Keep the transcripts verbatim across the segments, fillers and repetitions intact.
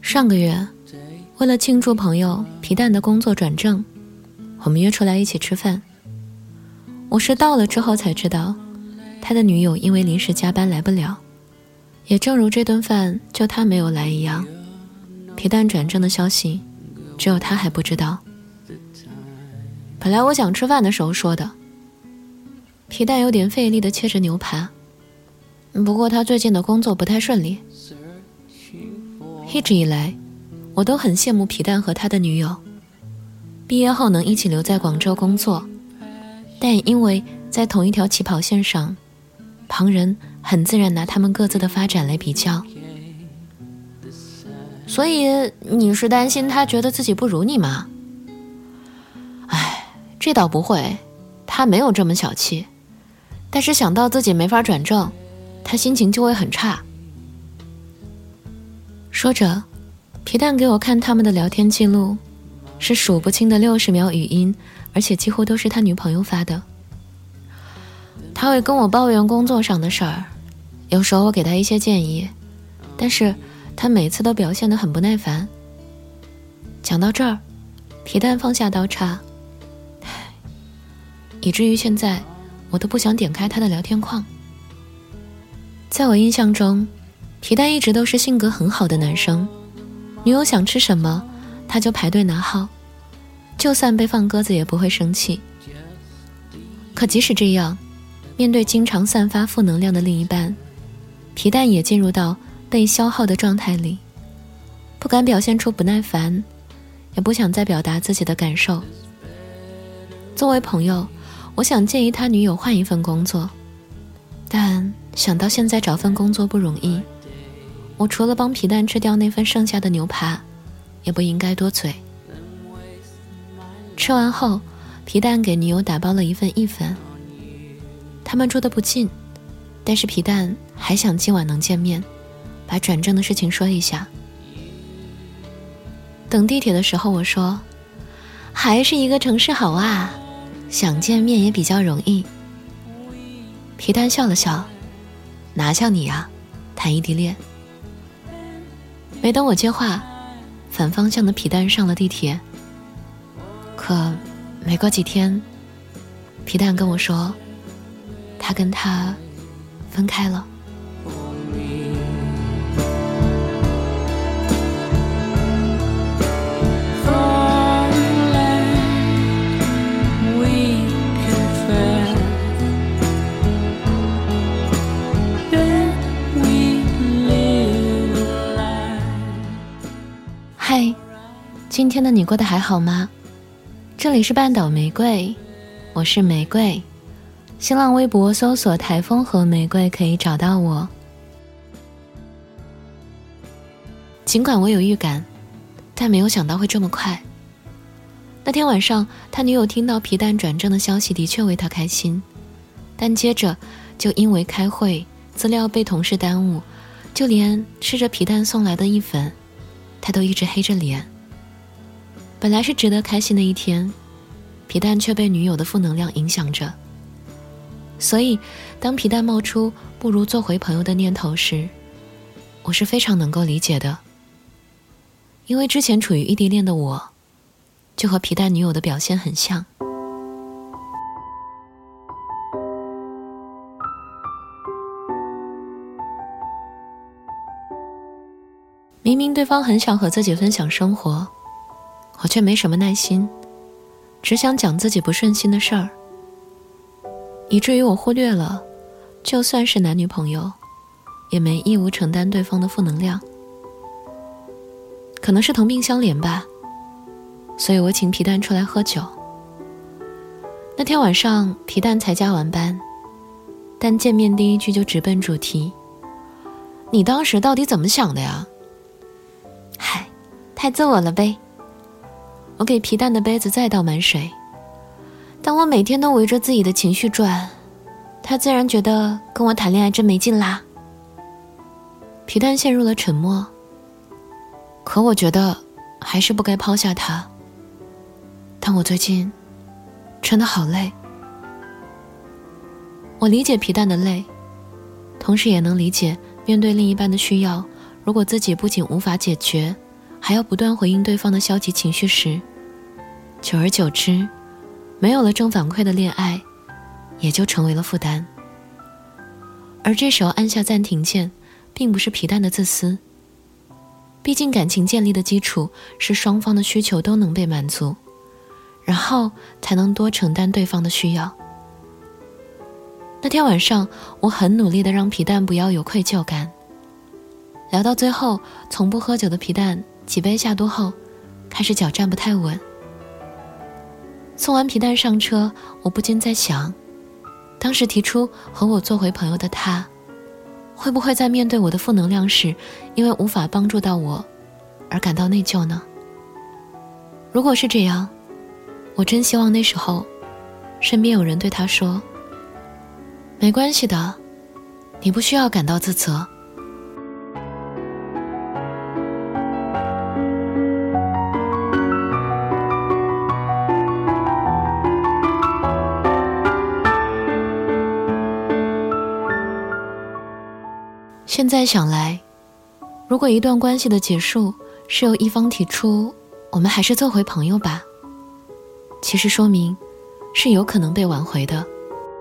上个月，为了庆祝朋友皮蛋的工作转正，我们约出来一起吃饭。我是到了之后才知道，他的女友因为临时加班来不了，也正如这顿饭就他没有来一样，皮蛋转正的消息只有他还不知道。本来我想吃饭的时候说的。皮蛋有点费力地切着牛排，不过他最近的工作不太顺利。一直以来，我都很羡慕皮蛋和他的女友，毕业后能一起留在广州工作，但也因为在同一条起跑线上，旁人很自然拿他们各自的发展来比较。所以你是担心他觉得自己不如你吗？哎，这倒不会，他没有这么小气，但是想到自己没法转正，他心情就会很差。说着，皮蛋给我看他们的聊天记录，是数不清的六十秒语音，而且几乎都是他女朋友发的。他会跟我抱怨工作上的事儿，有时候我给他一些建议，但是他每次都表现得很不耐烦。讲到这儿，皮蛋放下刀叉，以至于现在我都不想点开他的聊天框。在我印象中，皮蛋一直都是性格很好的男生，女友想吃什么他就排队拿号，就算被放鸽子也不会生气。可即使这样，面对经常散发负能量的另一半，皮蛋也进入到被消耗的状态里，不敢表现出不耐烦，也不想再表达自己的感受。作为朋友，我想建议他女友换一份工作，但想到现在找份工作不容易，我除了帮皮蛋吃掉那份剩下的牛排，也不应该多嘴。吃完后，皮蛋给女友打包了一份意粉。他们住得不近，但是皮蛋还想今晚能见面，把转正的事情说一下。等地铁的时候我说，还是一个城市好啊，想见面也比较容易。皮蛋笑了笑，哪像你啊，谈异地恋。没等我接话，反方向的皮蛋上了地铁。可没过几天，皮蛋跟我说，他跟他分开了。嗨，今天的你过得还好吗？这里是半岛玫瑰，我是玫瑰。新浪微博搜索台风和玫瑰可以找到我。尽管我有预感，但没有想到会这么快。那天晚上，他女友听到皮蛋转正的消息，的确为他开心，但接着就因为开会，资料被同事耽误，就连吃着皮蛋送来的意粉，他都一直黑着脸。本来是值得开心的一天，皮蛋却被女友的负能量影响着。所以当皮蛋冒出不如做回朋友的念头时，我是非常能够理解的。因为之前处于异地恋的我，就和皮蛋女友的表现很像。明明对方很想和自己分享生活，我却没什么耐心，只想讲自己不顺心的事儿，以至于我忽略了，就算是男女朋友，也没义务承担对方的负能量。可能是同病相怜吧，所以我请皮蛋出来喝酒。那天晚上皮蛋才加完班，但见面第一句就直奔主题，你当时到底怎么想的呀？嗨，太自我了呗。我给皮蛋的杯子再倒满水。当我每天都围着自己的情绪转，他自然觉得跟我谈恋爱真没劲啦。皮蛋陷入了沉默，可我觉得还是不该抛下他。但我最近真的好累。我理解皮蛋的累，同时也能理解面对另一半的需要，如果自己不仅无法解决， 还要不断回应对方的消极情绪时，久而久之，没有了正反馈的恋爱也就成为了负担。而这时候按下暂停键，并不是皮蛋的自私，毕竟感情建立的基础是双方的需求都能被满足，然后才能多承担对方的需要。那天晚上，我很努力地让皮蛋不要有愧疚感。聊到最后，从不喝酒的皮蛋几杯下肚后，开始脚站不太稳。送完皮蛋上车，我不禁在想，当时提出和我做回朋友的他，会不会在面对我的负能量时，因为无法帮助到我而感到内疚呢？如果是这样，我真希望那时候身边有人对他说，没关系的，你不需要感到自责。现在想来，如果一段关系的结束是由一方提出我们还是做回朋友吧，其实说明是有可能被挽回的。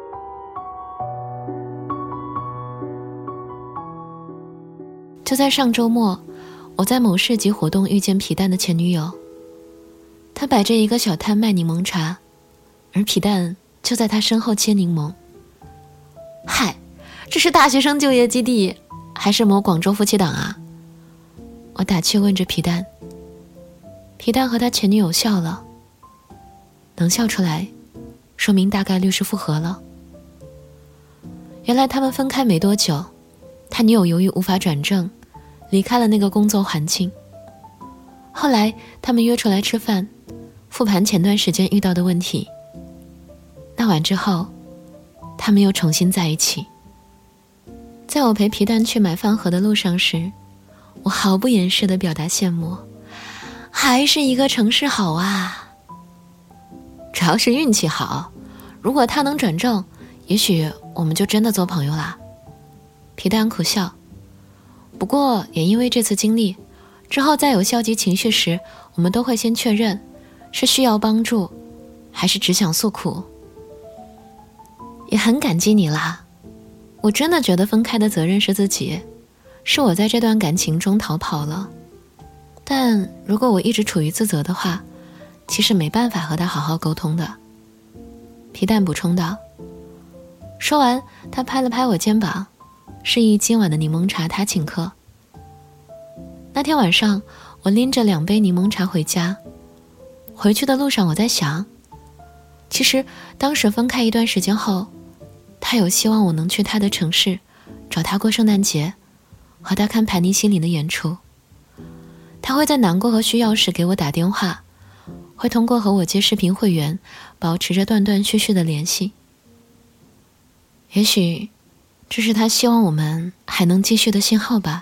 就在上周末，我在某市集活动遇见皮蛋的前女友，她摆着一个小摊卖柠檬茶，而皮蛋就在她身后切柠檬。嗨，这是大学生就业基地还是某广州夫妻档啊？我打趣问着皮蛋。皮蛋和他前女友笑了，能笑出来，说明大概率是复合了。原来他们分开没多久，他女友由于无法转正，离开了那个工作环境。后来他们约出来吃饭，复盘前段时间遇到的问题。那晚之后，他们又重新在一起。在我陪皮蛋去买饭盒的路上时，我毫不掩饰地表达羡慕，还是一个城市好啊。主要是运气好，如果他能转正，也许我们就真的做朋友啦。皮蛋苦笑，不过也因为这次经历，之后再有消极情绪时，我们都会先确认是需要帮助，还是只想诉苦。也很感激你啦，我真的觉得分开的责任是自己，是我在这段感情中逃跑了。但如果我一直处于自责的话，其实没办法和他好好沟通的。皮蛋补充道。说完，他拍了拍我肩膀，示意今晚的柠檬茶他请客。那天晚上，我拎着两杯柠檬茶回家。回去的路上，我在想，其实当时分开一段时间后，他有希望我能去他的城市找他过圣诞节，和他看盘尼西林的演出。他会在难过和需要时给我打电话，会通过和我接视频会员保持着断断续续的联系。也许这是他希望我们还能继续的信号吧。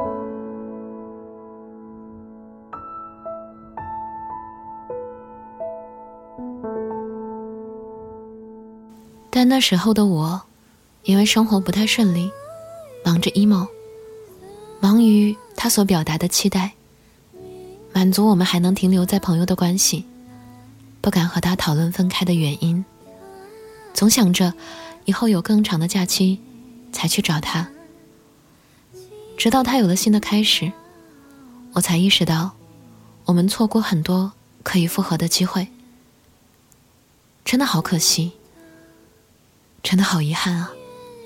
但那时候的我，因为生活不太顺利，忙着 emo， 忙于他所表达的期待，满足我们还能停留在朋友的关系，不敢和他讨论分开的原因，总想着以后有更长的假期才去找他。直到他有了新的开始，我才意识到我们错过很多可以复合的机会，真的好可惜，真的好遗憾啊。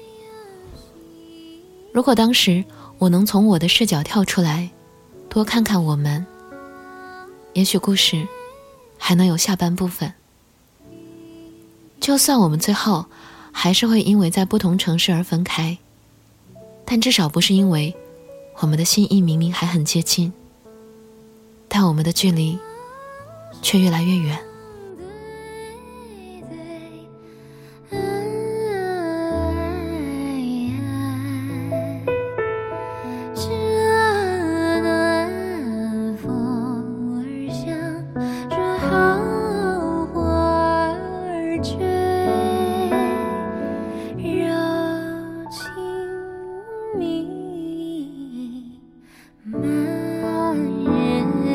如果当时我能从我的视角跳出来，多看看我们，也许故事还能有下半部分。就算我们最后还是会因为在不同城市而分开，但至少不是因为我们的心意明明还很接近，但我们的距离却越来越远。 满人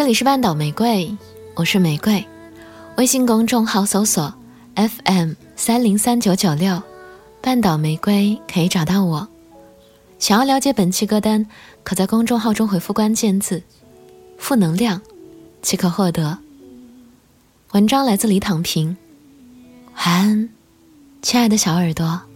里是半岛玫瑰，我是玫瑰。微信公众号搜索 F M 三零三九九六，半岛玫瑰可以找到我。想要了解本期歌单，可在公众号中回复关键字负能量即可获得。文章来自李躺平，晚安，亲爱的小耳朵。